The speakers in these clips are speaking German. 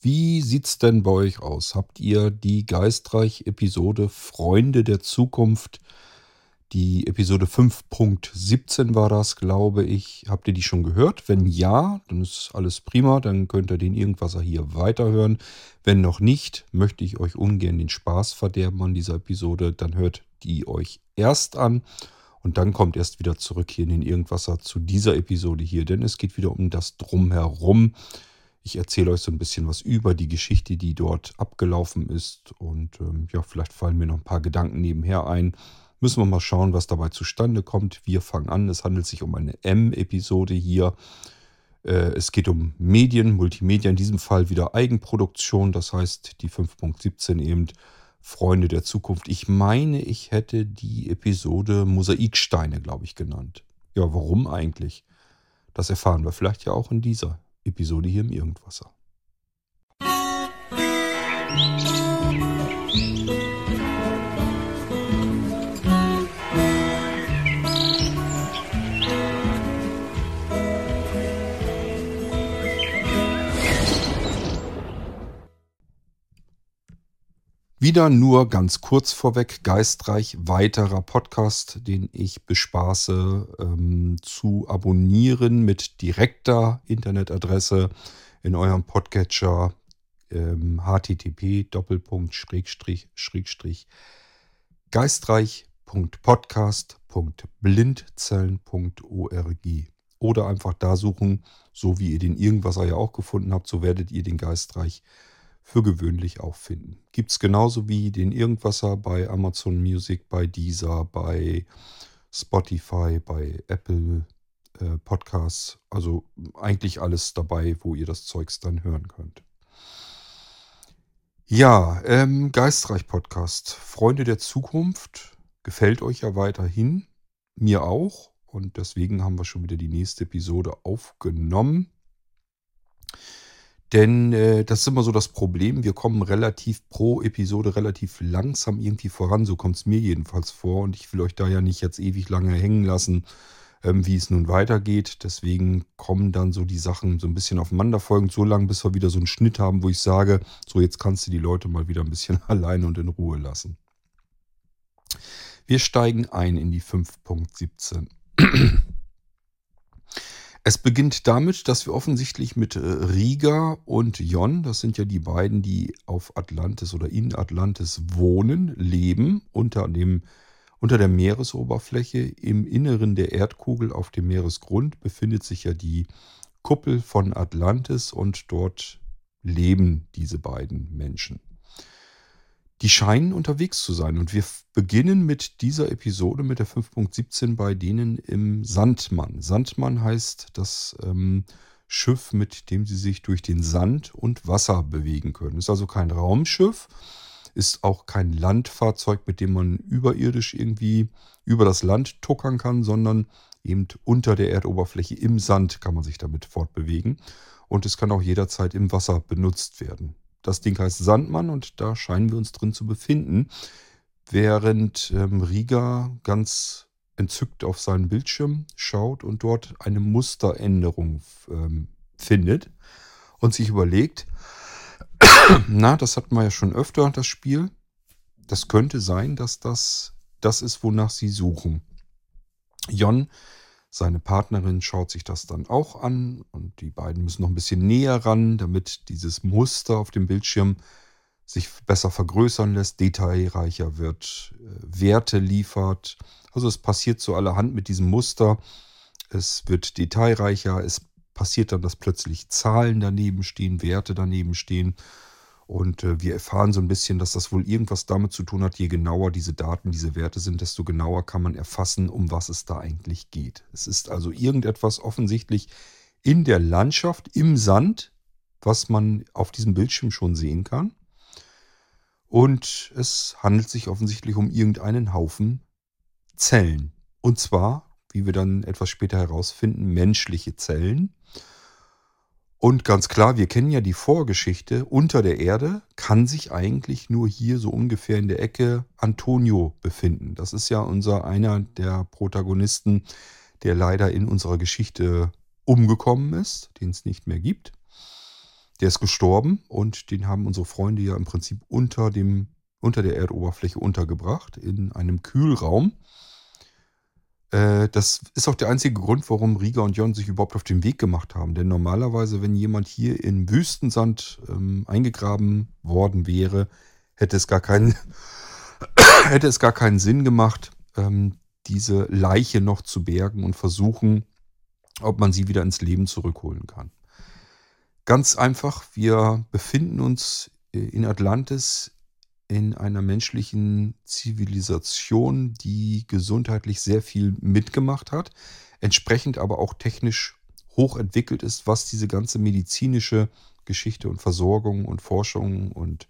Wie sieht's denn bei euch aus? Habt ihr die Geistreich-Episode Freunde der Zukunft, die Episode 5.17 war das, glaube ich. Habt ihr die schon gehört? Wenn ja, dann ist alles prima. Dann könnt ihr den Irgendwasser hier weiterhören. Wenn noch nicht, möchte ich euch ungern den Spaß verderben an dieser Episode. Dann hört die euch erst an und dann kommt erst wieder zurück hier in den Irgendwasser zu dieser Episode hier. Denn es geht wieder um das Drumherum. Ich erzähle euch so ein bisschen was über die Geschichte, die dort abgelaufen ist. Und ja, vielleicht fallen mir noch ein paar Gedanken nebenher ein. Müssen wir mal schauen, was dabei zustande kommt. Wir fangen an. Es handelt sich um eine M-Episode hier. Es geht um Medien, Multimedia, in diesem Fall wieder Eigenproduktion. Das heißt, die 5.17 eben Freunde der Zukunft. Ich meine, ich hätte die Episode Mosaiksteine, glaube ich, genannt. Ja, warum eigentlich? Das erfahren wir vielleicht ja auch in dieser Episode hier im Irgendwasser. Wieder nur ganz kurz vorweg, Geistreich, weiterer Podcast, den ich bespaße, zu abonnieren mit direkter Internetadresse in eurem Podcatcher, http://geistreich.podcast.blindzellen.org oder einfach da suchen, so wie ihr den Irgendwasser ja auch gefunden habt, so werdet ihr den Geistreich für gewöhnlich auch finden. Gibt es genauso wie den Irgendwasser bei Amazon Music, bei Deezer, bei Spotify, bei Apple Podcasts. Also eigentlich alles dabei, wo ihr das Zeugs dann hören könnt. Ja, Geistreich Podcast. Freunde der Zukunft. Gefällt euch ja weiterhin. Mir auch. Und deswegen haben wir schon wieder die nächste Episode aufgenommen. Denn das ist immer so das Problem, wir kommen relativ pro Episode relativ langsam irgendwie voran, so kommt es mir jedenfalls vor. Und ich will euch da ja nicht jetzt ewig lange hängen lassen, wie es nun weitergeht. Deswegen kommen dann so die Sachen so ein bisschen aufeinanderfolgend, so lange, bis wir wieder so einen Schnitt haben, wo ich sage, so jetzt kannst du die Leute mal wieder ein bisschen allein und in Ruhe lassen. Wir steigen ein in die 5.17. Es beginnt damit, dass wir offensichtlich mit Riga und Jon, das sind ja die beiden, die auf Atlantis oder in Atlantis wohnen, leben, unter der Meeresoberfläche. Im Inneren der Erdkugel auf dem Meeresgrund befindet sich ja die Kuppel von Atlantis und dort leben diese beiden Menschen. Die scheinen unterwegs zu sein und wir beginnen mit dieser Episode, mit der 5.17 bei denen im Sandmann. Sandmann heißt das Schiff, mit dem sie sich durch den Sand und Wasser bewegen können. Ist also kein Raumschiff, ist auch kein Landfahrzeug, mit dem man überirdisch irgendwie über das Land tuckern kann, sondern eben unter der Erdoberfläche im Sand kann man sich damit fortbewegen. Und es kann auch jederzeit im Wasser benutzt werden. Das Ding heißt Sandmann und da scheinen wir uns drin zu befinden, während Riga ganz entzückt auf seinen Bildschirm schaut und dort eine Musteränderung findet und sich überlegt, na, das hatten wir ja schon öfter, das Spiel. Das könnte sein, dass das ist, wonach sie suchen. Jon, seine Partnerin, schaut sich das dann auch an und die beiden müssen noch ein bisschen näher ran, damit dieses Muster auf dem Bildschirm sich besser vergrößern lässt, detailreicher wird, Werte liefert. Also es passiert so allerhand mit diesem Muster. Es wird detailreicher, es passiert dann, dass plötzlich Zahlen daneben stehen, Werte daneben stehen. Und wir erfahren so ein bisschen, dass das wohl irgendwas damit zu tun hat, je genauer diese Daten, diese Werte sind, desto genauer kann man erfassen, um was es da eigentlich geht. Es ist also irgendetwas offensichtlich in der Landschaft, im Sand, was man auf diesem Bildschirm schon sehen kann. Und es handelt sich offensichtlich um irgendeinen Haufen Zellen. Und zwar, wie wir dann etwas später herausfinden, menschliche Zellen. Und ganz klar, wir kennen ja die Vorgeschichte. Unter der Erde kann sich eigentlich nur hier so ungefähr in der Ecke Antonio befinden. Das ist ja einer der Protagonisten, der leider in unserer Geschichte umgekommen ist, den es nicht mehr gibt. Der ist gestorben und den haben unsere Freunde ja im Prinzip unter der Erdoberfläche untergebracht, in einem Kühlraum. Das ist auch der einzige Grund, warum Riga und Jon sich überhaupt auf den Weg gemacht haben. Denn normalerweise, wenn jemand hier in Wüstensand eingegraben worden wäre, hätte es gar keinen, hätte es gar keinen Sinn gemacht, diese Leiche noch zu bergen und versuchen, ob man sie wieder ins Leben zurückholen kann. Ganz einfach, wir befinden uns in Atlantis in einer menschlichen Zivilisation, die gesundheitlich sehr viel mitgemacht hat, entsprechend aber auch technisch hochentwickelt ist, was diese ganze medizinische Geschichte und Versorgung und Forschung und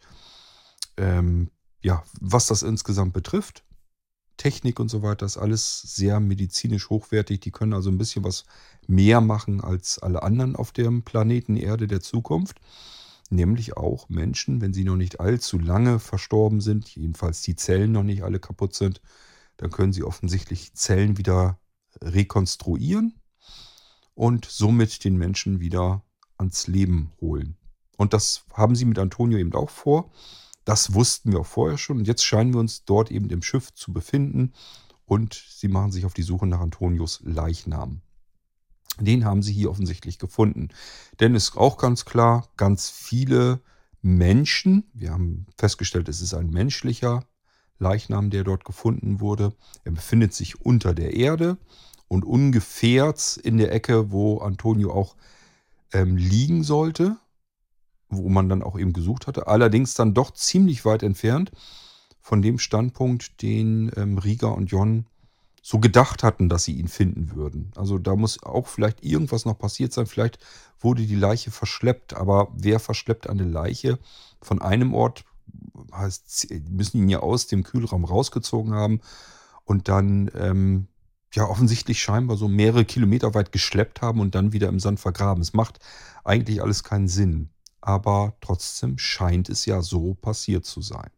ja, was das insgesamt betrifft. Technik und so weiter ist alles sehr medizinisch hochwertig. Die können also ein bisschen was mehr machen als alle anderen auf dem Planeten Erde der Zukunft. Nämlich auch Menschen, wenn sie noch nicht allzu lange verstorben sind, jedenfalls die Zellen noch nicht alle kaputt sind, dann können sie offensichtlich Zellen wieder rekonstruieren und somit den Menschen wieder ans Leben holen. Und das haben sie mit Antonio eben auch vor. Das wussten wir auch vorher schon. Und jetzt scheinen wir uns dort eben im Schiff zu befinden. Und sie machen sich auf die Suche nach Antonios Leichnam. Den haben sie hier offensichtlich gefunden. Denn es ist auch ganz klar, ganz viele Menschen, wir haben festgestellt, es ist ein menschlicher Leichnam, der dort gefunden wurde. Er befindet sich unter der Erde und ungefähr in der Ecke, wo Antonio auch liegen sollte, wo man dann auch eben gesucht hatte. Allerdings dann doch ziemlich weit entfernt von dem Standpunkt, den Riga und Jon so gedacht hatten, dass sie ihn finden würden. Also da muss auch vielleicht irgendwas noch passiert sein. Vielleicht wurde die Leiche verschleppt. Aber wer verschleppt eine Leiche von einem Ort? Heißt, müssen ihn ja aus dem Kühlraum rausgezogen haben und dann ja offensichtlich scheinbar so mehrere Kilometer weit geschleppt haben und dann wieder im Sand vergraben. Es macht eigentlich alles keinen Sinn. Aber trotzdem scheint es ja so passiert zu sein.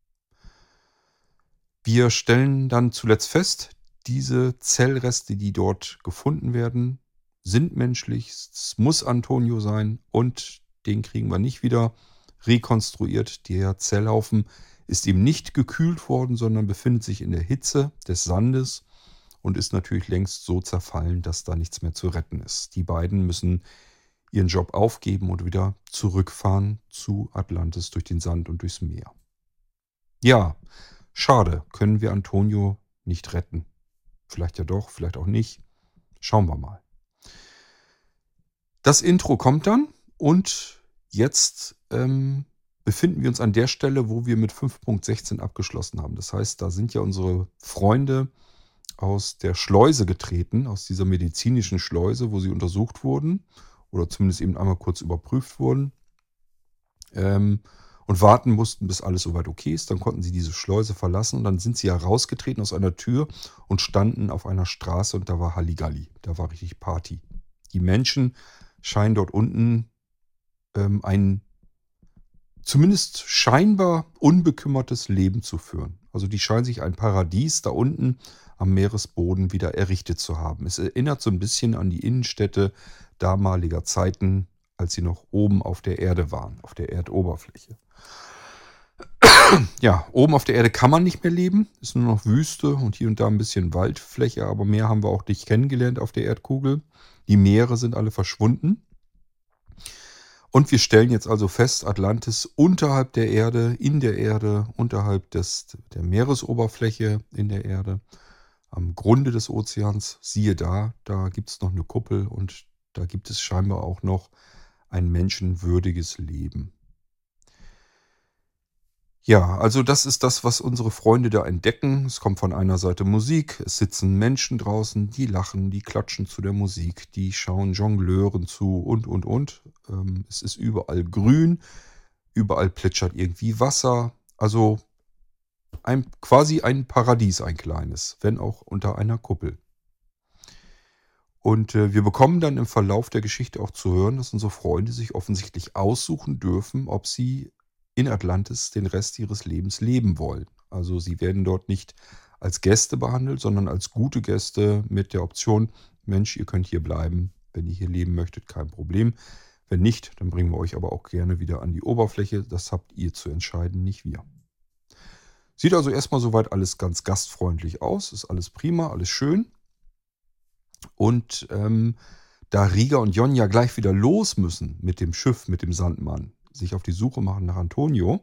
Wir stellen dann zuletzt fest, diese Zellreste, die dort gefunden werden, sind menschlich. Es muss Antonio sein und den kriegen wir nicht wieder rekonstruiert. Der Zellhaufen ist eben nicht gekühlt worden, sondern befindet sich in der Hitze des Sandes und ist natürlich längst so zerfallen, dass da nichts mehr zu retten ist. Die beiden müssen ihren Job aufgeben und wieder zurückfahren zu Atlantis durch den Sand und durchs Meer. Ja, schade, können wir Antonio nicht retten. Vielleicht ja doch, vielleicht auch nicht. Schauen wir mal. Das Intro kommt dann und jetzt befinden wir uns an der Stelle, wo wir mit 5.16 abgeschlossen haben. Das heißt, da sind ja unsere Freunde aus der Schleuse getreten, aus dieser medizinischen Schleuse, wo sie untersucht wurden oder zumindest eben einmal kurz überprüft wurden und warten mussten, bis alles soweit okay ist. Dann konnten sie diese Schleuse verlassen und dann sind sie herausgetreten aus einer Tür und standen auf einer Straße und da war Halligalli, da war richtig Party. Die Menschen scheinen dort unten ein zumindest scheinbar unbekümmertes Leben zu führen. Also die scheinen sich ein Paradies da unten am Meeresboden wieder errichtet zu haben. Es erinnert so ein bisschen an die Innenstädte damaliger Zeiten, als sie noch oben auf der Erde waren, auf der Erdoberfläche. Ja, oben auf der Erde kann man nicht mehr leben, ist nur noch Wüste und hier und da ein bisschen Waldfläche, aber mehr haben wir auch nicht kennengelernt auf der Erdkugel. Die Meere sind alle verschwunden. Und wir stellen jetzt also fest, Atlantis unterhalb der Erde, in der Erde, unterhalb der Meeresoberfläche in der Erde, am Grunde des Ozeans, siehe da gibt es noch eine Kuppel und da gibt es scheinbar auch noch ein menschenwürdiges Leben. Ja, also das ist das, was unsere Freunde da entdecken. Es kommt von einer Seite Musik, es sitzen Menschen draußen, die lachen, die klatschen zu der Musik, die schauen Jongleuren zu und. Es ist überall grün, überall plätschert irgendwie Wasser. Also quasi ein Paradies, ein kleines, wenn auch unter einer Kuppel. Und wir bekommen dann im Verlauf der Geschichte auch zu hören, dass unsere Freunde sich offensichtlich aussuchen dürfen, ob sie in Atlantis den Rest ihres Lebens leben wollen. Also sie werden dort nicht als Gäste behandelt, sondern als gute Gäste mit der Option, Mensch, ihr könnt hier bleiben, wenn ihr hier leben möchtet, kein Problem. Wenn nicht, dann bringen wir euch aber auch gerne wieder an die Oberfläche. Das habt ihr zu entscheiden, nicht wir. Sieht also erstmal soweit alles ganz gastfreundlich aus. Ist alles prima, alles schön. Und da Rieger und Jon ja gleich wieder los müssen mit dem Schiff, mit dem Sandmann, sich auf die Suche machen nach Antonio,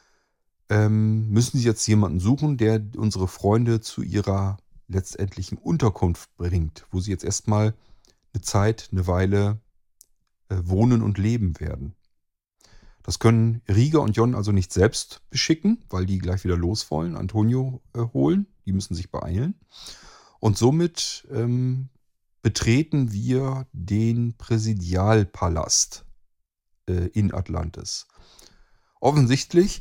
müssen sie jetzt jemanden suchen, der unsere Freunde zu ihrer letztendlichen Unterkunft bringt, wo sie jetzt erstmal eine Zeit, eine Weile wohnen und leben werden. Das können Rieger und Jon also nicht selbst beschicken, weil die gleich wieder los wollen, Antonio holen. Die müssen sich beeilen. Und somit betreten wir den Präsidialpalast in Atlantis. Offensichtlich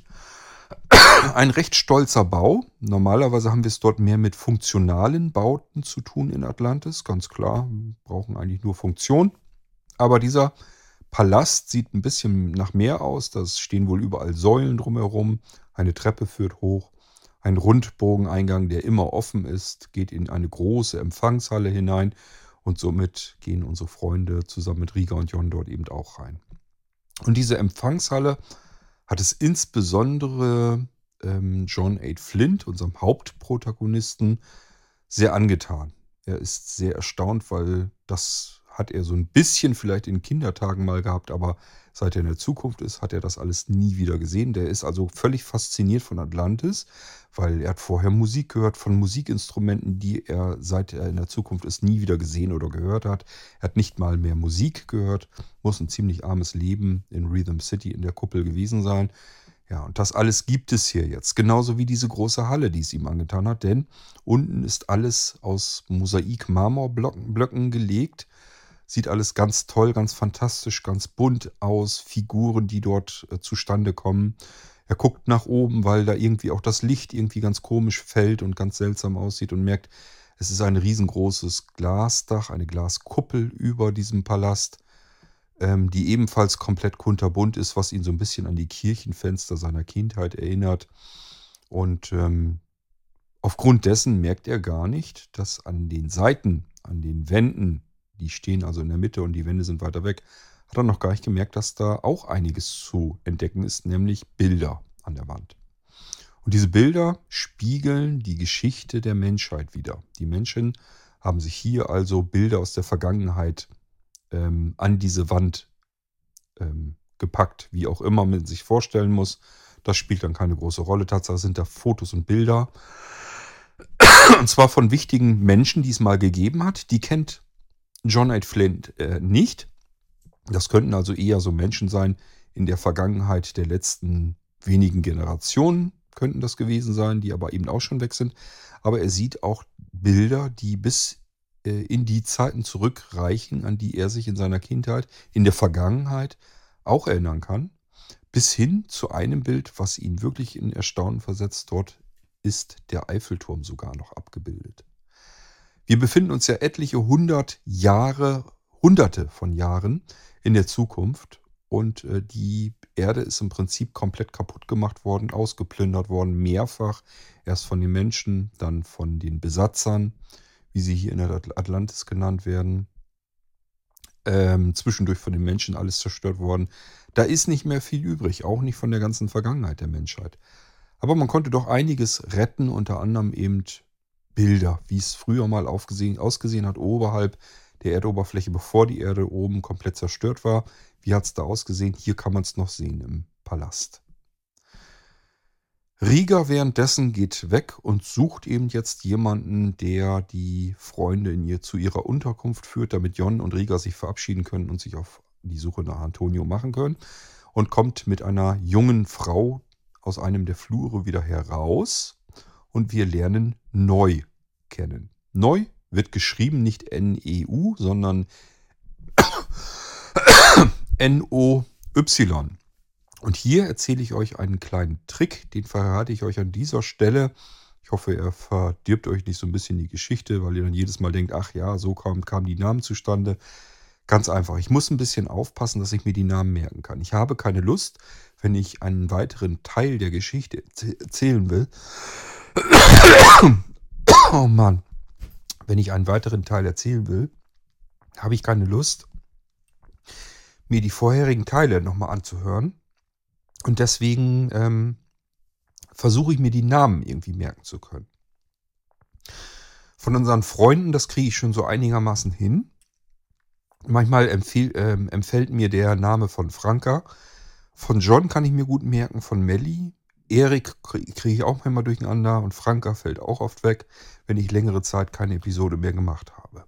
ein recht stolzer Bau. Normalerweise haben wir es dort mehr mit funktionalen Bauten zu tun in Atlantis. Ganz klar, wir brauchen eigentlich nur Funktion. Aber dieser Palast sieht ein bisschen nach mehr aus. Da stehen wohl überall Säulen drumherum. Eine Treppe führt hoch. Ein Rundbogeneingang, der immer offen ist, geht in eine große Empfangshalle hinein. Und somit gehen unsere Freunde zusammen mit Rieger und Jon dort eben auch rein. Und diese Empfangshalle hat es insbesondere John 8 Flint, unserem Hauptprotagonisten, sehr angetan. Er ist sehr erstaunt, weil das hat er so ein bisschen vielleicht in Kindertagen mal gehabt, aber seit er in der Zukunft ist, hat er das alles nie wieder gesehen. Der ist also völlig fasziniert von Atlantis, weil er hat vorher Musik gehört von Musikinstrumenten, die er, seit er in der Zukunft ist, nie wieder gesehen oder gehört hat. Er hat nicht mal mehr Musik gehört, muss ein ziemlich armes Leben in Rhythm City in der Kuppel gewesen sein. Ja, und das alles gibt es hier jetzt. Genauso wie diese große Halle, die es ihm angetan hat. Denn unten ist alles aus Mosaik-Marmorblöcken gelegt. Sieht alles ganz toll, ganz fantastisch, ganz bunt aus. Figuren, die dort zustande kommen. Er guckt nach oben, weil da irgendwie auch das Licht irgendwie ganz komisch fällt und ganz seltsam aussieht und merkt, es ist ein riesengroßes Glasdach, eine Glaskuppel über diesem Palast, die ebenfalls komplett kunterbunt ist, was ihn so ein bisschen an die Kirchenfenster seiner Kindheit erinnert. Und aufgrund dessen merkt er gar nicht, dass an den Seiten, an den Wänden, die stehen also in der Mitte und die Wände sind weiter weg, hat er noch gar nicht gemerkt, dass da auch einiges zu entdecken ist, nämlich Bilder an der Wand. Und diese Bilder spiegeln die Geschichte der Menschheit wider. Die Menschen haben sich hier also Bilder aus der Vergangenheit an diese Wand gepackt, wie auch immer man sich vorstellen muss. Das spielt dann keine große Rolle. Tatsache sind da Fotos und Bilder. Und zwar von wichtigen Menschen, die es mal gegeben hat. Die kennt John 8 Flint nicht. Das könnten also eher so Menschen sein in der Vergangenheit der letzten wenigen Generationen, könnten das gewesen sein, die aber eben auch schon weg sind. Aber er sieht auch Bilder, die bis in die Zeiten zurückreichen, an die er sich in seiner Kindheit, in der Vergangenheit auch erinnern kann. Bis hin zu einem Bild, was ihn wirklich in Erstaunen versetzt. Dort ist der Eiffelturm sogar noch abgebildet. Wir befinden uns ja etliche hunderte von Jahren in der Zukunft und die Erde ist im Prinzip komplett kaputt gemacht worden, ausgeplündert worden, mehrfach. Erst von den Menschen, dann von den Besatzern, wie sie hier in der Atlantis genannt werden. Zwischendurch von den Menschen alles zerstört worden. Da ist nicht mehr viel übrig, auch nicht von der ganzen Vergangenheit der Menschheit. Aber man konnte doch einiges retten, unter anderem eben Bilder, wie es früher mal ausgesehen hat, oberhalb der Erdoberfläche, bevor die Erde oben komplett zerstört war. Wie hat es da ausgesehen? Hier kann man es noch sehen im Palast. Rieger währenddessen geht weg und sucht eben jetzt jemanden, der die Freunde zu ihrer Unterkunft führt, damit Jon und Rieger sich verabschieden können und sich auf die Suche nach Antonio machen können. Und kommt mit einer jungen Frau aus einem der Flure wieder heraus und wir lernen Neu kennen. Neu wird geschrieben nicht N-E-U, sondern N-O-Y. Und hier erzähle ich euch einen kleinen Trick, den verrate ich euch an dieser Stelle. Ich hoffe, er verdirbt euch nicht so ein bisschen die Geschichte, weil ihr dann jedes Mal denkt, ach ja, so kamen die Namen zustande. Ganz einfach, ich muss ein bisschen aufpassen, dass ich mir die Namen merken kann. Ich habe keine Lust, wenn ich einen weiteren Teil der Geschichte erzählen will. Oh Mann. Wenn ich einen weiteren Teil erzählen will, habe ich keine Lust, mir die vorherigen Teile nochmal anzuhören. Und deswegen versuche ich mir die Namen irgendwie merken zu können. Von unseren Freunden, das kriege ich schon so einigermaßen hin. Manchmal empfällt mir der Name von Franka. Von John kann ich mir gut merken, von Melli. Erik kriege ich auch manchmal durcheinander und Franka fällt auch oft weg, wenn ich längere Zeit keine Episode mehr gemacht habe.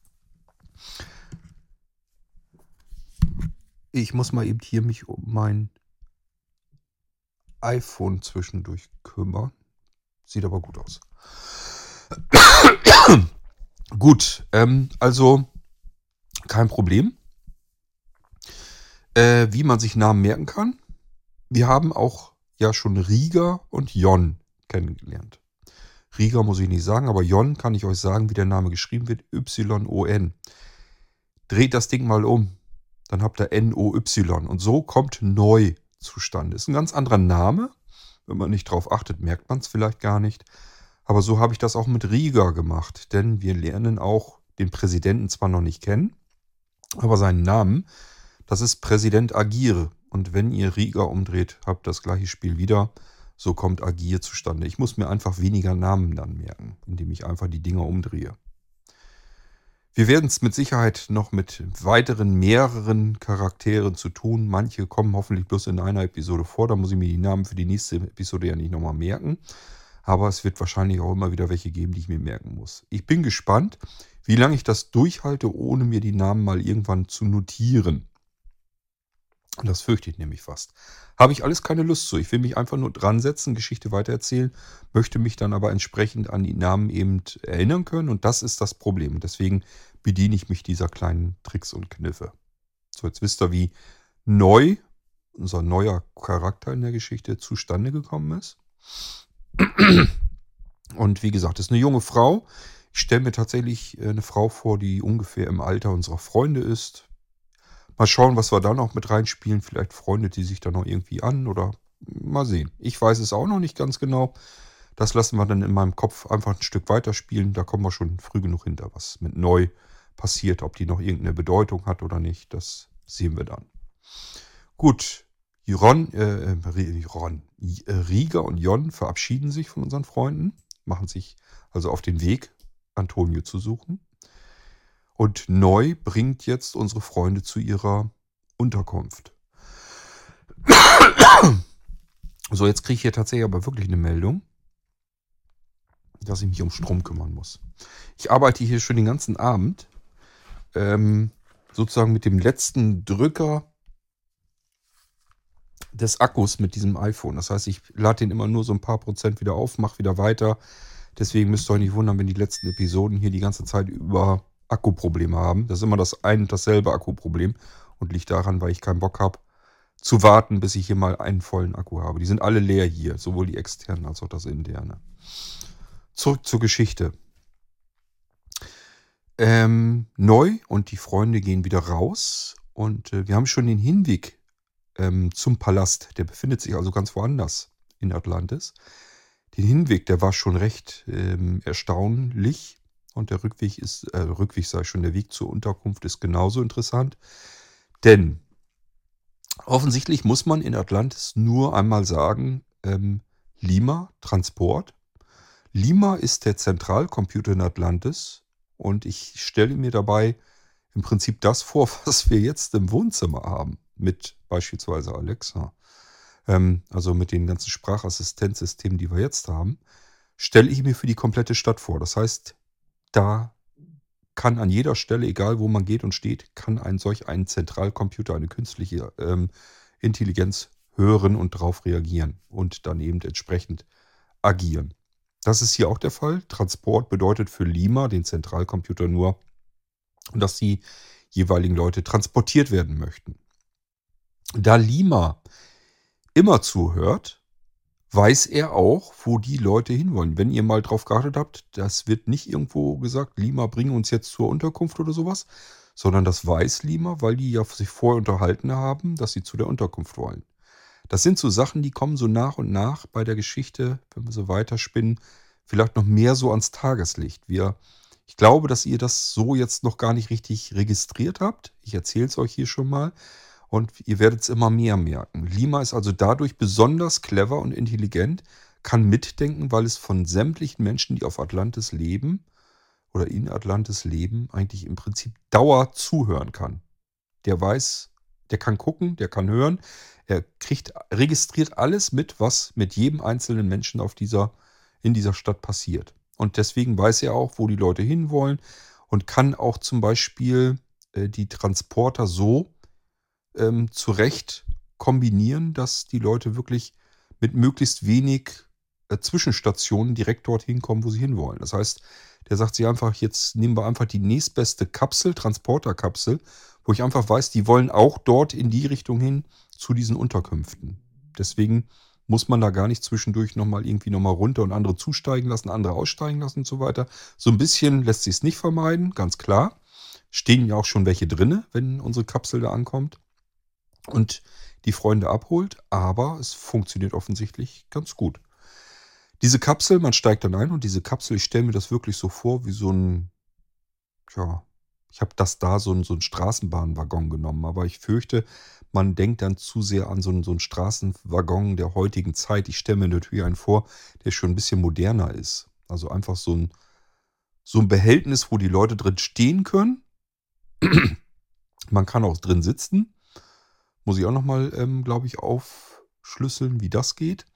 Ich muss mal eben hier mich um mein iPhone zwischendurch kümmern. Sieht aber gut aus. Gut, also kein Problem. Wie man sich Namen merken kann. Wir haben auch ja schon Riga und Jon kennengelernt. Riga muss ich nicht sagen, aber Jon kann ich euch sagen, wie der Name geschrieben wird. Y-O-N. Dreht das Ding mal um. Dann habt ihr N-O-Y. Und so kommt Neu zustande. Ist ein ganz anderer Name. Wenn man nicht drauf achtet, merkt man es vielleicht gar nicht. Aber so habe ich das auch mit Riga gemacht. Denn wir lernen auch den Präsidenten zwar noch nicht kennen, aber seinen Namen, das ist Präsident Agir. Und wenn ihr Riga umdreht, habt das gleiche Spiel wieder. So kommt Agir zustande. Ich muss mir einfach weniger Namen dann merken, indem ich einfach die Dinger umdrehe. Wir werden es mit Sicherheit noch mit weiteren mehreren Charakteren zu tun. Manche kommen hoffentlich bloß in einer Episode vor. Da muss ich mir die Namen für die nächste Episode ja nicht nochmal merken. Aber es wird wahrscheinlich auch immer wieder welche geben, die ich mir merken muss. Ich bin gespannt, wie lange ich das durchhalte, ohne mir die Namen mal irgendwann zu notieren. Und das fürchte ich nämlich fast. Habe ich alles keine Lust zu. Ich will mich einfach nur dran setzen, Geschichte weitererzählen, möchte mich dann aber entsprechend an die Namen eben erinnern können. Und das ist das Problem. Und deswegen bediene ich mich dieser kleinen Tricks und Kniffe. So, jetzt wisst ihr, wie neu unser neuer Charakter in der Geschichte zustande gekommen ist. Und wie gesagt, ist eine junge Frau. Ich stelle mir tatsächlich eine Frau vor, die ungefähr im Alter unserer Freunde ist. Mal schauen, was wir da noch mit reinspielen. Vielleicht freundet die sich da noch irgendwie an oder mal sehen. Ich weiß es auch noch nicht ganz genau. Das lassen wir dann in meinem Kopf einfach ein Stück weiterspielen. Da kommen wir schon früh genug hinter, was mit neu passiert. Ob die noch irgendeine Bedeutung hat oder nicht, das sehen wir dann. Gut, Riga und Jon verabschieden sich von unseren Freunden, machen sich also auf den Weg, Antonio zu suchen. Und Neu bringt jetzt unsere Freunde zu ihrer Unterkunft. So, jetzt kriege ich hier tatsächlich aber wirklich eine Meldung, dass ich mich um Strom kümmern muss. Ich arbeite hier schon den ganzen Abend, sozusagen mit dem letzten Drücker des Akkus mit diesem iPhone. Das heißt, ich lade den immer nur so ein paar Prozent wieder auf, mache wieder weiter. Deswegen müsst ihr euch nicht wundern, wenn die letzten Episoden hier die ganze Zeit über Akkuprobleme haben. Das ist immer das ein und dasselbe Akkuproblem und liegt daran, weil ich keinen Bock habe, zu warten, bis ich hier mal einen vollen Akku habe. Die sind alle leer hier, sowohl die externen als auch das interne. Zurück zur Geschichte. Neu und die Freunde gehen wieder raus und wir haben schon den Hinweg zum Palast. Der befindet sich also ganz woanders in Atlantis. Den Hinweg, der war schon recht erstaunlich. Und der Rückweg sage ich schon, der Weg zur Unterkunft ist genauso interessant. Denn offensichtlich muss man in Atlantis nur einmal sagen, Lima, Transport. Lima ist der Zentralcomputer in Atlantis. Und ich stelle mir dabei im Prinzip das vor, was wir jetzt im Wohnzimmer haben. Mit beispielsweise Alexa. Also mit den ganzen Sprachassistenzsystemen, die wir jetzt haben, stelle ich mir für die komplette Stadt vor. Das heißt, da kann an jeder Stelle, egal wo man geht und steht, kann solch ein Zentralcomputer, eine künstliche Intelligenz hören und darauf reagieren und dann eben entsprechend agieren. Das ist hier auch der Fall. Transport bedeutet für Lima, den Zentralcomputer, nur, dass die jeweiligen Leute transportiert werden möchten. Da Lima immer zuhört, weiß er auch, wo die Leute hinwollen. Wenn ihr mal drauf geachtet habt, das wird nicht irgendwo gesagt, Lima, bring uns jetzt zur Unterkunft oder sowas, sondern das weiß Lima, weil die ja sich vorher unterhalten haben, dass sie zu der Unterkunft wollen. Das sind so Sachen, die kommen so nach und nach bei der Geschichte, wenn wir so weiterspinnen, vielleicht noch mehr so ans Tageslicht. Ich glaube, dass ihr das so jetzt noch gar nicht richtig registriert habt. Ich erzähle es euch hier schon mal. Und ihr werdet es immer mehr merken. Lima ist also dadurch besonders clever und intelligent, kann mitdenken, weil es von sämtlichen Menschen, die auf Atlantis leben oder in Atlantis leben, eigentlich im Prinzip Dauer zuhören kann. Der weiß, der kann gucken, der kann hören. Registriert alles mit, was mit jedem einzelnen Menschen in dieser Stadt passiert. Und deswegen weiß er auch, wo die Leute hinwollen und kann auch zum Beispiel die Transporter so zurecht kombinieren, dass die Leute wirklich mit möglichst wenig Zwischenstationen direkt dorthin kommen, wo sie hinwollen. Das heißt, der sagt sich einfach, jetzt nehmen wir einfach die nächstbeste Kapsel, Transporterkapsel, wo ich einfach weiß, die wollen auch dort in die Richtung hin zu diesen Unterkünften. Deswegen muss man da gar nicht zwischendurch nochmal runter und andere zusteigen lassen, andere aussteigen lassen und so weiter. So ein bisschen lässt sich es nicht vermeiden, ganz klar. Stehen ja auch schon welche drinne, wenn unsere Kapsel da ankommt und die Freunde abholt, aber es funktioniert offensichtlich ganz gut. Diese Kapsel, man steigt dann ein und diese Kapsel, ich stelle mir das wirklich so vor, wie so ein, ja, ich habe das da so ein Straßenbahnwaggon genommen, aber ich fürchte, man denkt dann zu sehr an so einen Straßenwaggon der heutigen Zeit. Ich stelle mir natürlich einen vor, der schon ein bisschen moderner ist. Also einfach so ein Behältnis, wo die Leute drin stehen können. Man kann auch drin sitzen. Muss ich auch nochmal, glaube ich, aufschlüsseln, wie das geht.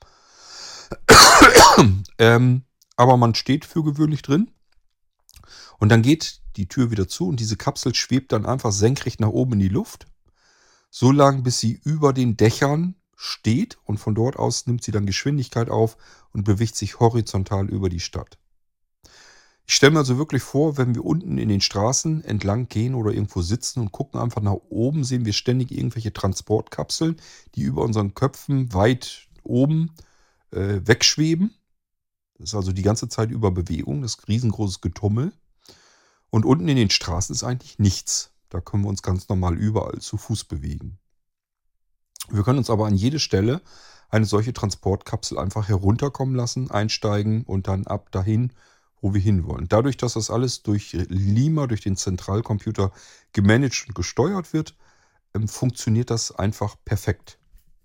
Aber man steht für gewöhnlich drin. Und dann geht die Tür wieder zu und diese Kapsel schwebt dann einfach senkrecht nach oben in die Luft. So lang, bis sie über den Dächern steht und von dort aus nimmt sie dann Geschwindigkeit auf und bewegt sich horizontal über die Stadt. Ich stelle mir also wirklich vor, wenn wir unten in den Straßen entlang gehen oder irgendwo sitzen und gucken einfach nach oben, sehen wir ständig irgendwelche Transportkapseln, die über unseren Köpfen weit oben wegschweben. Das ist also die ganze Zeit über Bewegung, das ist riesengroßes Getummel. Und unten in den Straßen ist eigentlich nichts. Da können wir uns ganz normal überall zu Fuß bewegen. Wir können uns aber an jede Stelle eine solche Transportkapsel einfach herunterkommen lassen, einsteigen und dann ab dahin, wo wir hinwollen. Dadurch, dass das alles durch Lima, durch den Zentralcomputer gemanagt und gesteuert wird, funktioniert das einfach perfekt.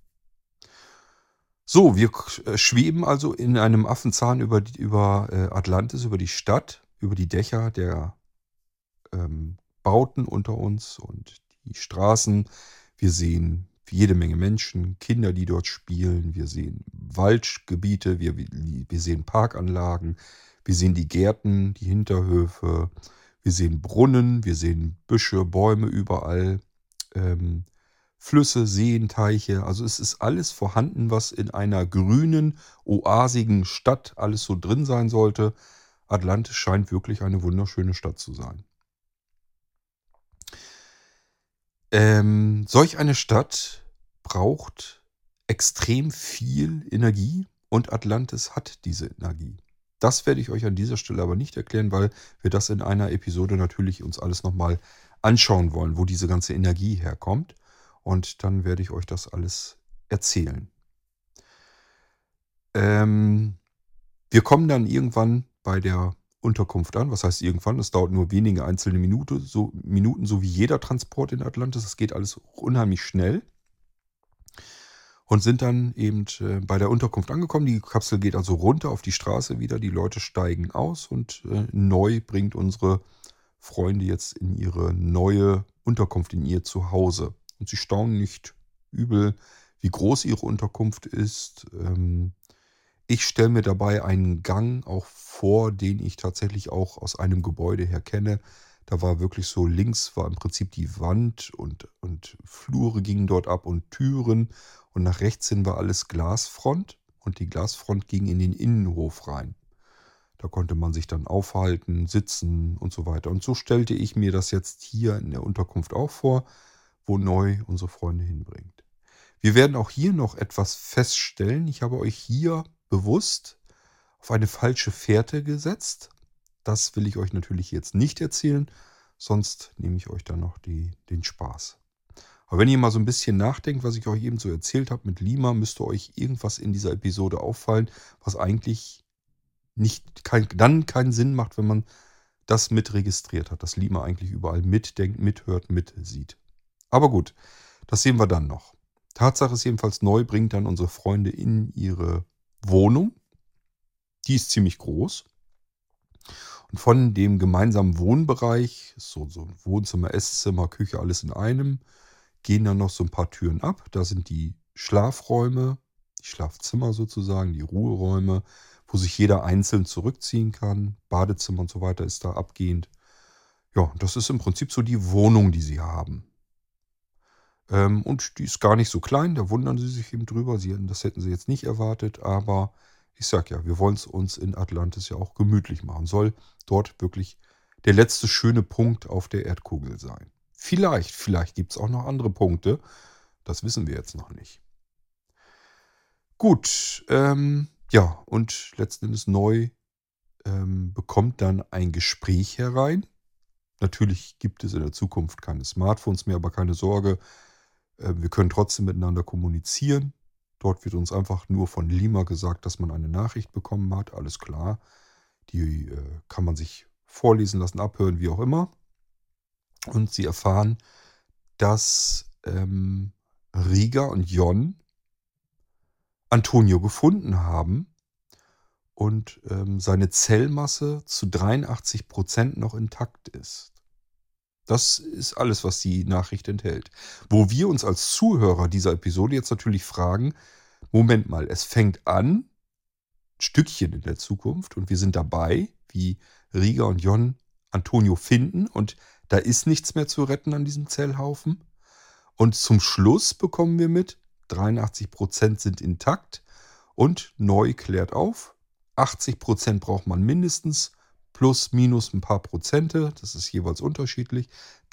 So, wir schweben also in einem Affenzahn über Atlantis, über die Stadt, über die Dächer der Bauten unter uns und die Straßen. Wir sehen jede Menge Menschen, Kinder, die dort spielen. Wir sehen Waldgebiete, wir sehen Parkanlagen, wir sehen die Gärten, die Hinterhöfe, wir sehen Brunnen, wir sehen Büsche, Bäume überall, Flüsse, Seen, Teiche. Also es ist alles vorhanden, was in einer grünen, oasigen Stadt alles so drin sein sollte. Atlantis scheint wirklich eine wunderschöne Stadt zu sein. Solch eine Stadt braucht extrem viel Energie und Atlantis hat diese Energie. Das werde ich euch an dieser Stelle aber nicht erklären, weil wir das in einer Episode natürlich uns alles nochmal anschauen wollen, wo diese ganze Energie herkommt. Und dann werde ich euch das alles erzählen. Wir kommen dann irgendwann bei der Unterkunft an. Was heißt irgendwann? Das dauert nur wenige einzelne Minuten, so wie jeder Transport in Atlantis. Das geht alles unheimlich schnell. Und sind dann eben bei der Unterkunft angekommen. Die Kapsel geht also runter auf die Straße wieder. Die Leute steigen aus und neu bringt unsere Freunde jetzt in ihre neue Unterkunft, in ihr Zuhause. Und sie staunen nicht übel, wie groß ihre Unterkunft ist. Ich stelle mir dabei einen Gang auch vor, den ich tatsächlich auch aus einem Gebäude her kenne. Da war wirklich so, links war im Prinzip die Wand und Flure gingen dort ab und Türen. Und nach rechts hin war alles Glasfront und die Glasfront ging in den Innenhof rein. Da konnte man sich dann aufhalten, sitzen und so weiter. Und so stellte ich mir das jetzt hier in der Unterkunft auch vor, wo Neu unsere Freunde hinbringt. Wir werden auch hier noch etwas feststellen. Ich habe euch hier bewusst auf eine falsche Fährte gesetzt. Das will ich euch natürlich jetzt nicht erzählen, sonst nehme ich euch dann noch den Spaß. Aber wenn ihr mal so ein bisschen nachdenkt, was ich euch eben so erzählt habe mit Lima, müsste euch irgendwas in dieser Episode auffallen, was eigentlich dann keinen Sinn macht, wenn man das mit registriert hat, dass Lima eigentlich überall mitdenkt, mithört, mitsieht. Aber gut, Das sehen wir dann noch. Tatsache ist jedenfalls, Neu bringt dann unsere Freunde in ihre Wohnung. Die ist ziemlich groß. Und von dem gemeinsamen Wohnbereich, so ein Wohnzimmer, Esszimmer, Küche, alles in einem, gehen dann noch so ein paar Türen ab. Da sind die Schlafräume, die Schlafzimmer sozusagen, die Ruheräume, wo sich jeder einzeln zurückziehen kann. Badezimmer und so weiter ist da abgehend. Ja, das ist im Prinzip so die Wohnung, die sie haben. Und die ist gar nicht so klein, da wundern sie sich eben drüber. Das hätten sie jetzt nicht erwartet, aber ich sag ja, wir wollen es uns in Atlantis ja auch gemütlich machen. Soll dort wirklich der letzte schöne Punkt auf der Erdkugel sein. Vielleicht gibt es auch noch andere Punkte. Das wissen wir jetzt noch nicht. Gut, ja, und letzten Endes Neu bekommt dann ein Gespräch herein. Natürlich gibt es in der Zukunft keine Smartphones mehr, aber keine Sorge, wir können trotzdem miteinander kommunizieren. Dort wird uns einfach nur von Lima gesagt, dass man eine Nachricht bekommen hat. Alles klar. Die kann man sich vorlesen lassen, abhören, wie auch immer. Und sie erfahren, dass Riga und Jon Antonio gefunden haben und seine Zellmasse zu 83% noch intakt ist. Das ist alles, was die Nachricht enthält. Wo wir uns als Zuhörer dieser Episode jetzt natürlich fragen, Moment mal, es fängt an, ein Stückchen in der Zukunft, und wir sind dabei, wie Riga und Jon Antonio finden, und da ist nichts mehr zu retten an diesem Zellhaufen. Und zum Schluss bekommen wir mit, 83% sind intakt und Neu klärt auf. 80% braucht man mindestens, plus, minus ein paar Prozente, das ist jeweils unterschiedlich.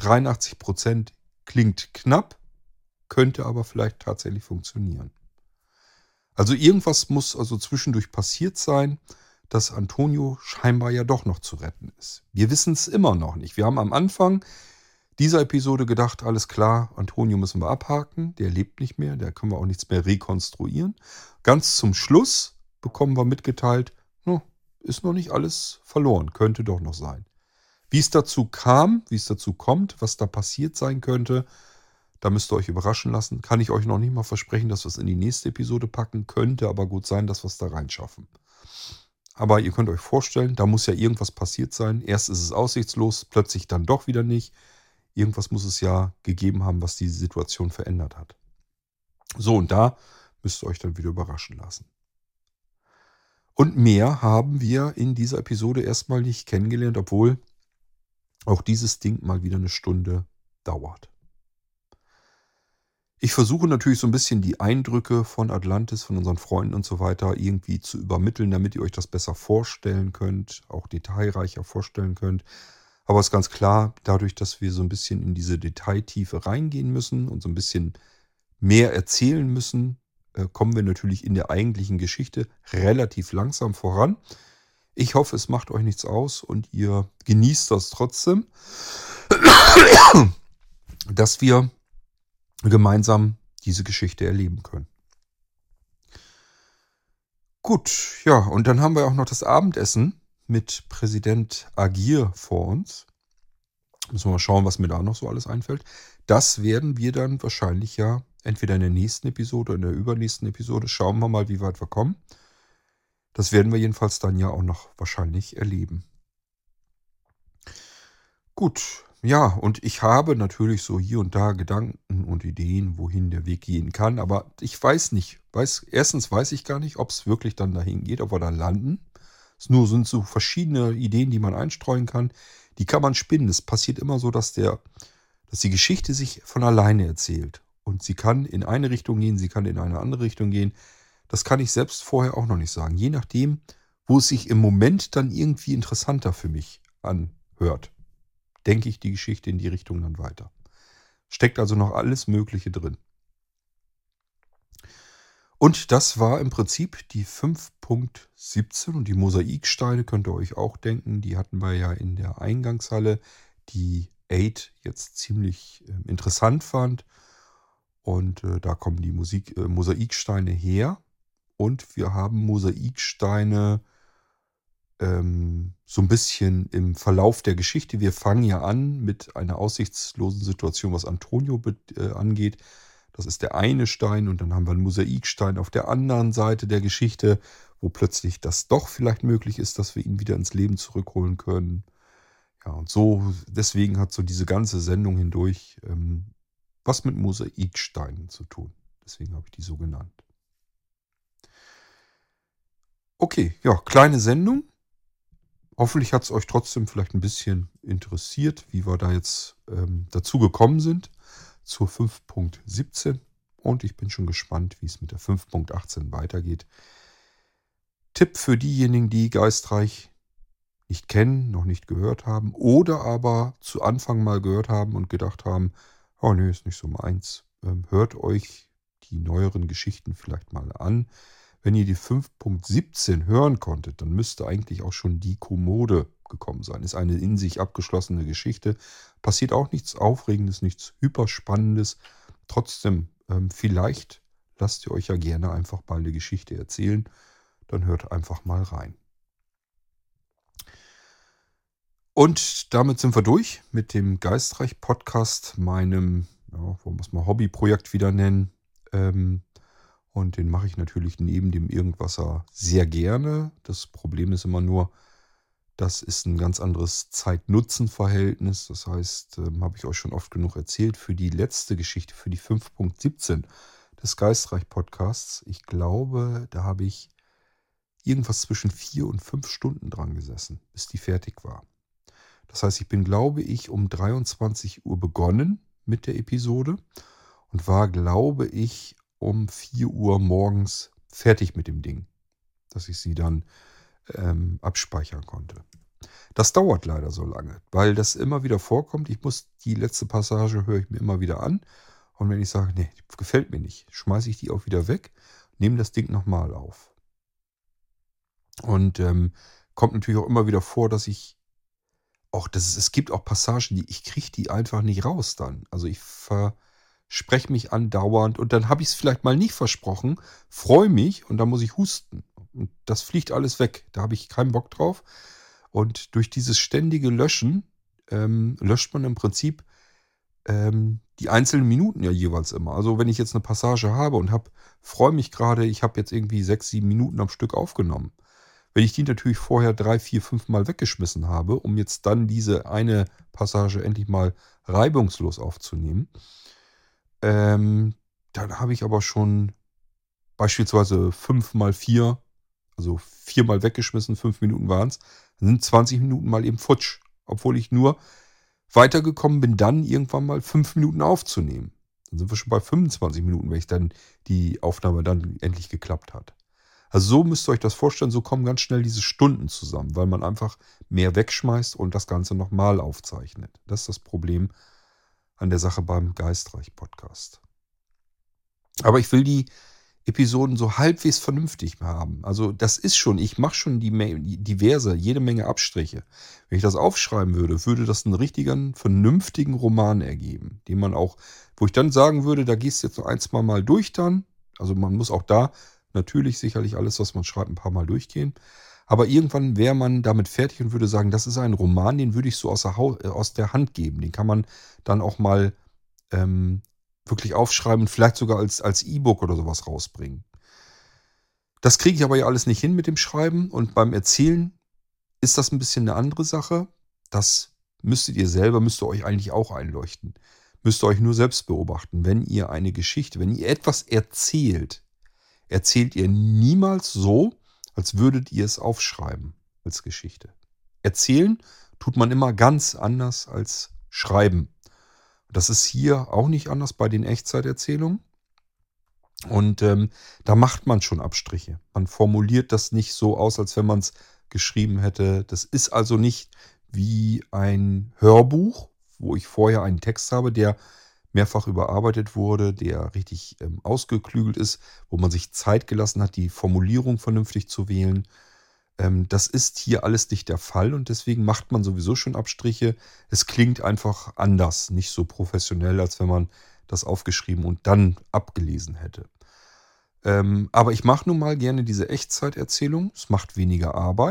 83% klingt knapp, könnte aber vielleicht tatsächlich funktionieren. Also irgendwas muss also zwischendurch passiert sein, dass Antonio scheinbar ja doch noch zu retten ist. Wir wissen es immer noch nicht. Wir haben am Anfang dieser Episode gedacht, alles klar, Antonio müssen wir abhaken, der lebt nicht mehr, da können wir auch nichts mehr rekonstruieren. Ganz zum Schluss bekommen wir mitgeteilt, no, ist noch nicht alles verloren, könnte doch noch sein. Wie es dazu kam, wie es dazu kommt, was da passiert sein könnte, da müsst ihr euch überraschen lassen. Kann ich euch noch nicht mal versprechen, dass wir es in die nächste Episode packen, könnte aber gut sein, dass wir es da reinschaffen. Aber ihr könnt euch vorstellen, da muss ja irgendwas passiert sein. Erst ist es aussichtslos, plötzlich dann doch wieder nicht. Irgendwas muss es ja gegeben haben, was die Situation verändert hat. So, und da müsst ihr euch dann wieder überraschen lassen. Und mehr haben wir in dieser Episode erstmal nicht kennengelernt, obwohl auch dieses Ding mal wieder eine Stunde dauert. Ich versuche natürlich so ein bisschen die Eindrücke von Atlantis, von unseren Freunden und so weiter irgendwie zu übermitteln, damit ihr euch das besser vorstellen könnt, auch detailreicher vorstellen könnt. Aber es ist ganz klar, dadurch, dass wir so ein bisschen in diese Detailtiefe reingehen müssen und so ein bisschen mehr erzählen müssen, kommen wir natürlich in der eigentlichen Geschichte relativ langsam voran. Ich hoffe, es macht euch nichts aus und ihr genießt das trotzdem, dass wir gemeinsam diese Geschichte erleben können. Gut, ja, und dann haben wir auch noch das Abendessen mit Präsident Agir vor uns. Müssen wir mal schauen, was mir da noch so alles einfällt. Das werden wir dann wahrscheinlich ja entweder in der nächsten Episode oder in der übernächsten Episode. Schauen wir mal, wie weit wir kommen. Das werden wir jedenfalls dann ja auch noch wahrscheinlich erleben. Gut, ja, und ich habe natürlich so hier und da Gedanken und Ideen, wohin der Weg gehen kann. Aber ich weiß nicht. Erstens weiß ich gar nicht, ob es wirklich dann dahin geht, ob wir da landen. Sind so verschiedene Ideen, die man einstreuen kann. Die kann man spinnen. Es passiert immer so, dass die Geschichte sich von alleine erzählt. Und sie kann in eine Richtung gehen, sie kann in eine andere Richtung gehen. Das kann ich selbst vorher auch noch nicht sagen. Je nachdem, wo es sich im Moment dann irgendwie interessanter für mich anhört, denke ich die Geschichte in die Richtung dann weiter. Steckt also noch alles Mögliche drin. Und das war im Prinzip die 5.17 und die Mosaiksteine könnt ihr euch auch denken. Die hatten wir ja in der Eingangshalle, die 8 jetzt ziemlich interessant fand. Und da kommen die Mosaiksteine her. Und wir haben Mosaiksteine so ein bisschen im Verlauf der Geschichte. Wir fangen ja an mit einer aussichtslosen Situation, was Antonio angeht. Das ist der eine Stein und dann haben wir einen Mosaikstein auf der anderen Seite der Geschichte, wo plötzlich das doch vielleicht möglich ist, dass wir ihn wieder ins Leben zurückholen können. Ja, und so, deswegen hat so diese ganze Sendung hindurch was mit Mosaiksteinen zu tun. Deswegen habe ich die so genannt. Okay, ja, kleine Sendung. Hoffentlich hat es euch trotzdem vielleicht ein bisschen interessiert, wie wir da jetzt dazu gekommen sind zur 5.17. Und ich bin schon gespannt, wie es mit der 5.18 weitergeht. Tipp für diejenigen, die Geistreich nicht kennen, noch nicht gehört haben oder aber zu Anfang mal gehört haben und gedacht haben, oh nee, ist nicht so meins. Hört euch die neueren Geschichten vielleicht mal an. Wenn ihr die 5.17 hören konntet, dann müsste eigentlich auch schon die Kommode gekommen sein. Ist eine in sich abgeschlossene Geschichte. Passiert auch nichts Aufregendes, nichts Hyperspannendes. Trotzdem, vielleicht lasst ihr euch ja gerne einfach mal eine Geschichte erzählen. Dann hört einfach mal rein. Und damit sind wir durch mit dem Geistreich-Podcast, meinem, ja, wollen wir es mal Hobbyprojekt wieder nennen. Und den mache ich natürlich neben dem Irgendwasser sehr gerne. Das Problem ist immer nur, das ist ein ganz anderes Zeit-Nutzen-Verhältnis. Das heißt, habe ich euch schon oft genug erzählt, für die letzte Geschichte, für die 5.17 des Geistreich-Podcasts, ich glaube, da habe ich irgendwas zwischen 4 und 5 Stunden dran gesessen, bis die fertig war. Das heißt, ich bin, glaube ich, um 23 Uhr begonnen mit der Episode und war, glaube ich, um 4 Uhr morgens fertig mit dem Ding, dass ich sie dann abspeichern konnte. Das dauert leider so lange, weil das immer wieder vorkommt. Ich muss die letzte Passage höre ich mir immer wieder an. Und wenn ich sage, nee, die gefällt mir nicht, schmeiße ich die auch wieder weg, nehme das Ding nochmal auf. Und kommt natürlich auch immer wieder vor, dass ich auch, es gibt auch Passagen, ich kriege die einfach nicht raus dann. Also ich verspreche mich andauernd und dann habe ich es vielleicht mal nicht versprochen, freue mich und dann muss ich husten. Und das fliegt alles weg. Da habe ich keinen Bock drauf. Und durch dieses ständige Löschen löscht man im Prinzip die einzelnen Minuten ja jeweils immer. Also wenn ich jetzt eine Passage habe und freue mich gerade, ich habe jetzt irgendwie 6, 7 Minuten am Stück aufgenommen. Wenn ich die natürlich vorher 3, 4, 5 Mal weggeschmissen habe, um jetzt dann diese eine Passage endlich mal reibungslos aufzunehmen, dann habe ich aber schon beispielsweise 5 mal 4, also 4 Mal weggeschmissen, 5 Minuten waren es, dann sind 20 Minuten mal eben futsch. Obwohl ich nur weitergekommen bin, dann irgendwann mal 5 Minuten aufzunehmen. Dann sind wir schon bei 25 Minuten, wenn ich dann die Aufnahme dann endlich geklappt hat. Also so müsst ihr euch das vorstellen, so kommen ganz schnell diese Stunden zusammen, weil man einfach mehr wegschmeißt und das Ganze nochmal aufzeichnet. Das ist das Problem an der Sache beim Geistreich-Podcast. Aber ich will die Episoden so halbwegs vernünftig haben. Also das ist schon, ich mache schon jede Menge Abstriche. Wenn ich das aufschreiben würde, würde das einen richtigen, vernünftigen Roman ergeben, den man auch, wo ich dann sagen würde, da gehst du jetzt noch ein, zwei Mal durch dann. Also man muss auch da natürlich sicherlich alles, was man schreibt, ein paar Mal durchgehen. Aber irgendwann wäre man damit fertig und würde sagen, das ist ein Roman, den würde ich so aus der Hand geben. Den kann man dann auch mal wirklich aufschreiben und vielleicht sogar als E-Book oder sowas rausbringen. Das kriege ich aber ja alles nicht hin mit dem Schreiben und beim Erzählen ist das ein bisschen eine andere Sache. Das müsst ihr euch eigentlich auch einleuchten. Müsst ihr euch nur selbst beobachten. Wenn ihr eine Geschichte, wenn ihr etwas erzählt, erzählt ihr niemals so, als würdet ihr es aufschreiben als Geschichte. Erzählen tut man immer ganz anders als schreiben. Das ist hier auch nicht anders bei den Echtzeiterzählungen. Und da macht man schon Abstriche. Man formuliert das nicht so aus, als wenn man es geschrieben hätte. Das ist also nicht wie ein Hörbuch, wo ich vorher einen Text habe, der mehrfach überarbeitet wurde, der richtig ausgeklügelt ist, wo man sich Zeit gelassen hat, die Formulierung vernünftig zu wählen. Das ist hier alles nicht der Fall und deswegen macht man sowieso schon Abstriche. Es klingt einfach anders, nicht so professionell, als wenn man das aufgeschrieben und dann abgelesen hätte. Aber ich mache nun mal gerne diese Echtzeiterzählung. Es macht weniger Arbeit.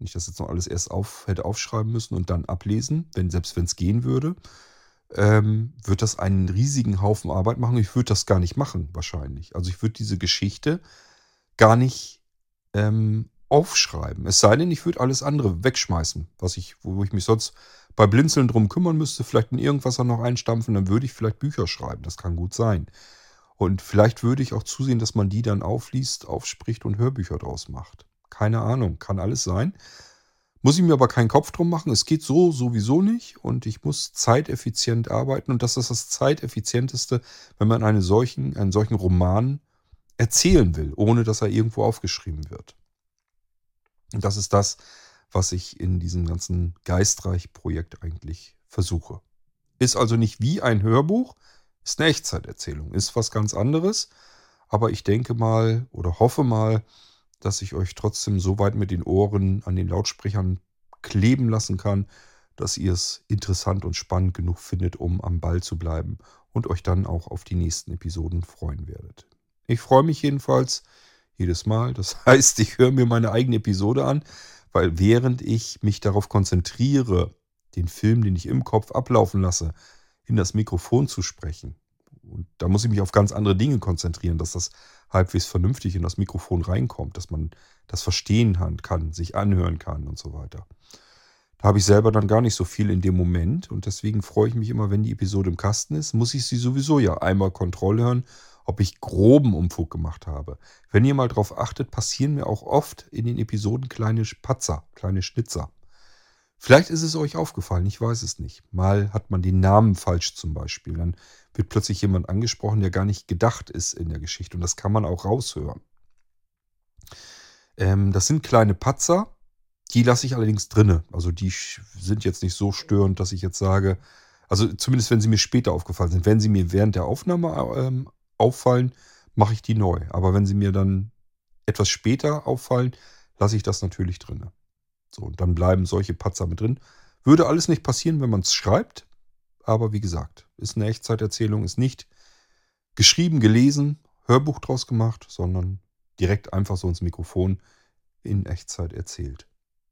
Wenn ich das jetzt noch alles erst hätte aufschreiben müssen und dann ablesen, selbst wenn es gehen würde, würde das einen riesigen Haufen Arbeit machen. Ich würde das gar nicht machen, wahrscheinlich. Also ich würde diese Geschichte gar nicht aufschreiben. Es sei denn, ich würde alles andere wegschmeißen, wo ich mich sonst bei Blinzeln drum kümmern müsste, vielleicht in irgendwas noch einstampfen, dann würde ich vielleicht Bücher schreiben. Das kann gut sein. Und vielleicht würde ich auch zusehen, dass man die dann aufliest, aufspricht und Hörbücher draus macht. Keine Ahnung, kann alles sein. Muss ich mir aber keinen Kopf drum machen. Es geht so sowieso nicht und ich muss zeiteffizient arbeiten. Und das ist das Zeiteffizienteste, wenn man einen solchen Roman erzählen will, ohne dass er irgendwo aufgeschrieben wird. Und das ist das, was ich in diesem ganzen Geistreich-Projekt eigentlich versuche. Ist also nicht wie ein Hörbuch, ist eine Echtzeiterzählung, ist was ganz anderes. Aber ich denke mal oder hoffe mal, dass ich euch trotzdem so weit mit den Ohren an den Lautsprechern kleben lassen kann, dass ihr es interessant und spannend genug findet, um am Ball zu bleiben und euch dann auch auf die nächsten Episoden freuen werdet. Ich freue mich jedenfalls jedes Mal. Das heißt, ich höre mir meine eigene Episode an, weil während ich mich darauf konzentriere, den Film, den ich im Kopf ablaufen lasse, in das Mikrofon zu sprechen. Und da muss ich mich auf ganz andere Dinge konzentrieren, dass das halbwegs vernünftig in das Mikrofon reinkommt, dass man das verstehen kann, sich anhören kann und so weiter. Da habe ich selber dann gar nicht so viel in dem Moment und deswegen freue ich mich immer, wenn die Episode im Kasten ist, muss ich sie sowieso ja einmal Kontrolle hören, ob ich groben Umfug gemacht habe. Wenn ihr mal drauf achtet, passieren mir auch oft in den Episoden kleine Patzer, kleine Schnitzer. Vielleicht ist es euch aufgefallen, ich weiß es nicht. Mal hat man den Namen falsch zum Beispiel. Dann wird plötzlich jemand angesprochen, der gar nicht gedacht ist in der Geschichte. Und das kann man auch raushören. Das sind kleine Patzer, die lasse ich allerdings drinne. Also die sind jetzt nicht so störend, dass ich jetzt sage, also zumindest wenn sie mir später aufgefallen sind. Wenn sie mir während der Aufnahme auffallen, mache ich die neu. Aber wenn sie mir dann etwas später auffallen, lasse ich das natürlich drinne. So, und dann bleiben solche Patzer mit drin. Würde alles nicht passieren, wenn man es schreibt. Aber wie gesagt, ist eine Echtzeiterzählung, ist nicht geschrieben, gelesen, Hörbuch draus gemacht, sondern direkt einfach so ins Mikrofon in Echtzeit erzählt.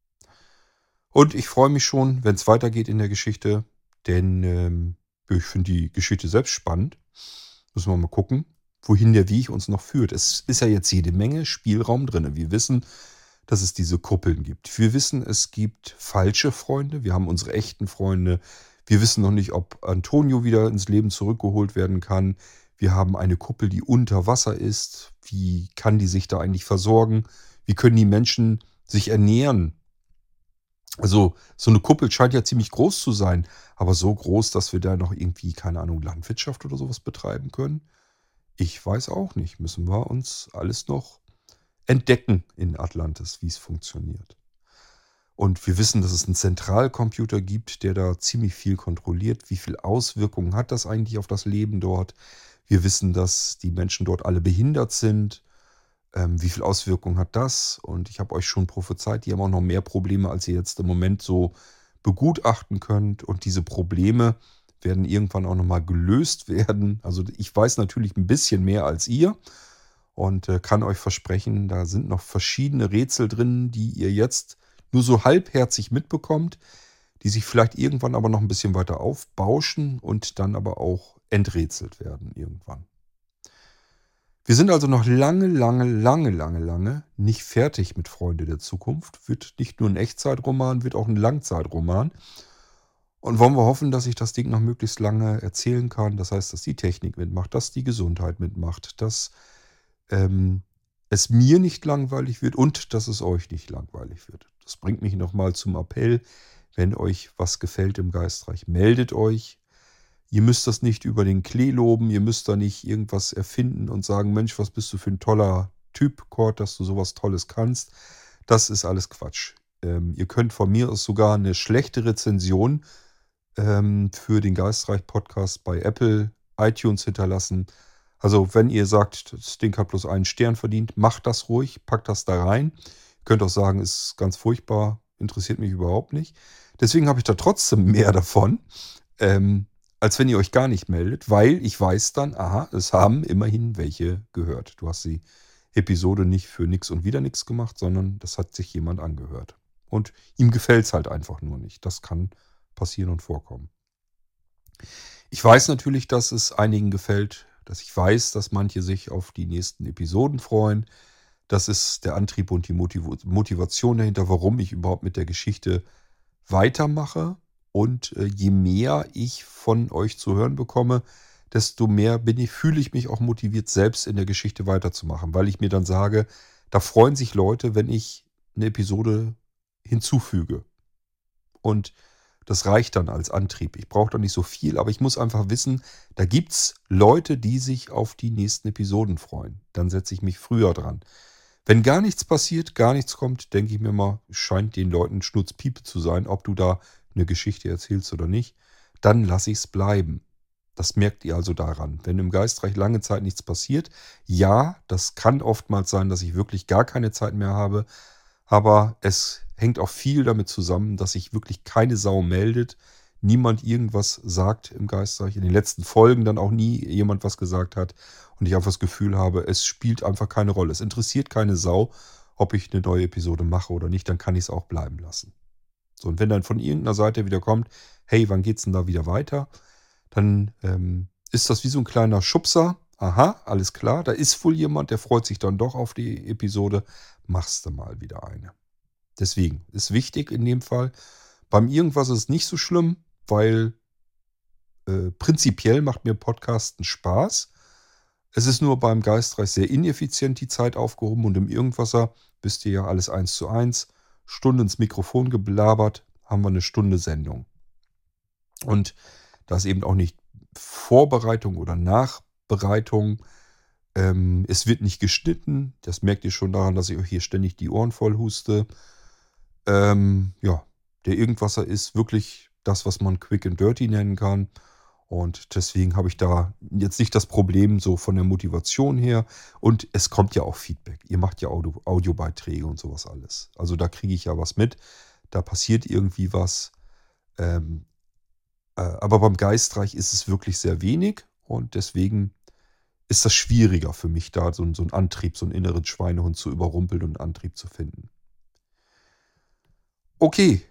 Und ich freue mich schon, wenn es weitergeht in der Geschichte, denn ich finde die Geschichte selbst spannend. Müssen wir mal gucken, wohin der Weg uns noch führt. Es ist ja jetzt jede Menge Spielraum drin. Wir wissen, dass es diese Kuppeln gibt. Wir wissen, es gibt falsche Freunde. Wir haben unsere echten Freunde. Wir wissen noch nicht, ob Antonio wieder ins Leben zurückgeholt werden kann. Wir haben eine Kuppel, die unter Wasser ist. Wie kann die sich da eigentlich versorgen? Wie können die Menschen sich ernähren? Also so eine Kuppel scheint ja ziemlich groß zu sein, aber so groß, dass wir da noch irgendwie, keine Ahnung, Landwirtschaft oder sowas betreiben können. Ich weiß auch nicht. Müssen wir uns alles noch entdecken in Atlantis, wie es funktioniert. Und wir wissen, dass es einen Zentralcomputer gibt, der da ziemlich viel kontrolliert. Wie viel Auswirkungen hat das eigentlich auf das Leben dort? Wir wissen, dass die Menschen dort alle behindert sind. Wie viel Auswirkungen hat das? Und ich habe euch schon prophezeit, die haben auch noch mehr Probleme, als ihr jetzt im Moment so begutachten könnt. Und diese Probleme werden irgendwann auch nochmal gelöst werden. Also ich weiß natürlich ein bisschen mehr als ihr und kann euch versprechen, da sind noch verschiedene Rätsel drin, die ihr jetzt nur so halbherzig mitbekommt, die sich vielleicht irgendwann aber noch ein bisschen weiter aufbauschen und dann aber auch enträtselt werden irgendwann. Wir sind also noch lange nicht fertig mit Freunde der Zukunft. Wird nicht nur ein Echtzeitroman, wird auch ein Langzeitroman. Und wollen wir hoffen, dass ich das Ding noch möglichst lange erzählen kann. Das heißt, dass die Technik mitmacht, dass die Gesundheit mitmacht, dass es mir nicht langweilig wird und dass es euch nicht langweilig wird. Das bringt mich nochmal zum Appell. Wenn euch was gefällt im Geistreich, meldet euch. Ihr müsst das nicht über den Klee loben, ihr müsst da nicht irgendwas erfinden und sagen, Mensch, was bist du für ein toller Typ, Kurt, dass du sowas Tolles kannst. Das ist alles Quatsch. Ihr könnt von mir aus sogar eine schlechte Rezension für den Geistreich-Podcast bei Apple, iTunes hinterlassen. Also wenn ihr sagt, das Ding hat bloß einen Stern verdient, macht das ruhig, packt das da rein. Ihr könnt auch sagen, ist ganz furchtbar, interessiert mich überhaupt nicht. Deswegen habe ich da trotzdem mehr davon, als wenn ihr euch gar nicht meldet, weil ich weiß dann, aha, es haben immerhin welche gehört. Du hast die Episode nicht für nix und wieder nix gemacht, sondern das hat sich jemand angehört. Und ihm gefällt es halt einfach nur nicht. Das kann passieren und vorkommen. Ich weiß natürlich, dass es einigen gefällt, dass ich weiß, dass manche sich auf die nächsten Episoden freuen. Das ist der Antrieb und die Motivation dahinter, warum ich überhaupt mit der Geschichte weitermache. Und je mehr ich von euch zu hören bekomme, desto mehr fühle ich mich auch motiviert, selbst in der Geschichte weiterzumachen, weil ich mir dann sage, da freuen sich Leute, wenn ich eine Episode hinzufüge. Und das reicht dann als Antrieb. Ich brauche da nicht so viel, aber ich muss einfach wissen, da gibt es Leute, die sich auf die nächsten Episoden freuen. Dann setze ich mich früher dran. Wenn gar nichts passiert, gar nichts kommt, denke ich mir mal, scheint den Leuten Schnurzpiepe zu sein, ob du da eine Geschichte erzählst oder nicht, dann lasse ich es bleiben. Das merkt ihr also daran. Wenn im Geistreich lange Zeit nichts passiert, ja, das kann oftmals sein, dass ich wirklich gar keine Zeit mehr habe, aber es hängt auch viel damit zusammen, dass sich wirklich keine Sau meldet, niemand irgendwas sagt im Geistreich, in den letzten Folgen dann auch nie jemand was gesagt hat und ich einfach das Gefühl habe, es spielt einfach keine Rolle. Es interessiert keine Sau, ob ich eine neue Episode mache oder nicht, dann kann ich es auch bleiben lassen. So, und wenn dann von irgendeiner Seite wieder kommt, hey, wann geht's denn da wieder weiter? Dann ist das wie so ein kleiner Schubser. Aha, alles klar, da ist wohl jemand, der freut sich dann doch auf die Episode. Machst du mal wieder eine. Deswegen ist wichtig in dem Fall. Beim Irgendwas ist es nicht so schlimm, weil prinzipiell macht mir Podcasten Spaß. Es ist nur beim Geistreich sehr ineffizient die Zeit aufgehoben und im Irgendwasser, wisst ihr ja, alles 1:1. Stunde ins Mikrofon gelabert, haben wir eine Stunde Sendung. Und da ist eben auch nicht Vorbereitung oder Nachbereitung. Es wird nicht geschnitten. Das merkt ihr schon daran, dass ich euch hier ständig die Ohren voll huste. Ja, der Irgendwasser ist wirklich das, was man quick and dirty nennen kann. Und deswegen habe ich da jetzt nicht das Problem so von der Motivation her. Und es kommt ja auch Feedback. Ihr macht ja Audiobeiträge und sowas alles. Also da kriege ich ja was mit. Da passiert irgendwie was. Aber beim Geistreich ist es wirklich sehr wenig. Und deswegen ist das schwieriger für mich, da so einen Antrieb, so einen inneren Schweinehund zu überrumpeln und einen Antrieb zu finden. Okay,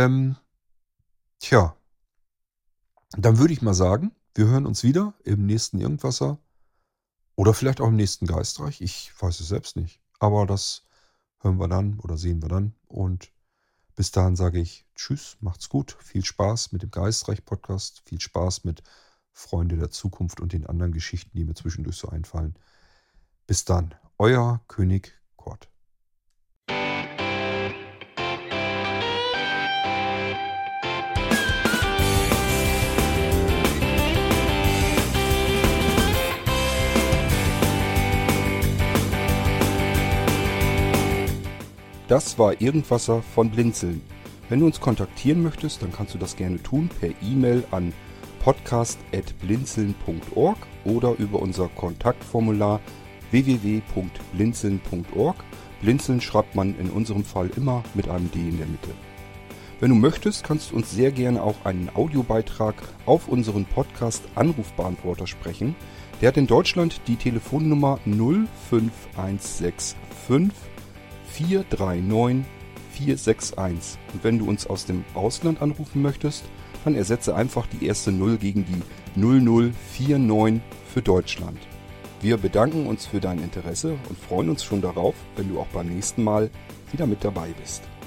tja, dann würde ich mal sagen, wir hören uns wieder im nächsten Irgendwasser oder vielleicht auch im nächsten Geistreich. Ich weiß es selbst nicht, aber das hören wir dann oder sehen wir dann. Und bis dahin sage ich Tschüss, macht's gut, viel Spaß mit dem Geistreich-Podcast, viel Spaß mit Freunde der Zukunft und den anderen Geschichten, die mir zwischendurch so einfallen. Bis dann, euer König Kurt. Das war Irgendwasser von Blinzeln. Wenn du uns kontaktieren möchtest, dann kannst du das gerne tun per E-Mail an podcast@blinzeln.org oder über unser Kontaktformular www.blinzeln.org. Blinzeln schreibt man in unserem Fall immer mit einem D in der Mitte. Wenn du möchtest, kannst du uns sehr gerne auch einen Audiobeitrag auf unseren Podcast-Anrufbeantworter sprechen. Der hat in Deutschland die Telefonnummer 05165 439 461. Und wenn du uns aus dem Ausland anrufen möchtest, dann ersetze einfach die erste 0 gegen die 0049 für Deutschland. Wir bedanken uns für dein Interesse und freuen uns schon darauf, wenn du auch beim nächsten Mal wieder mit dabei bist.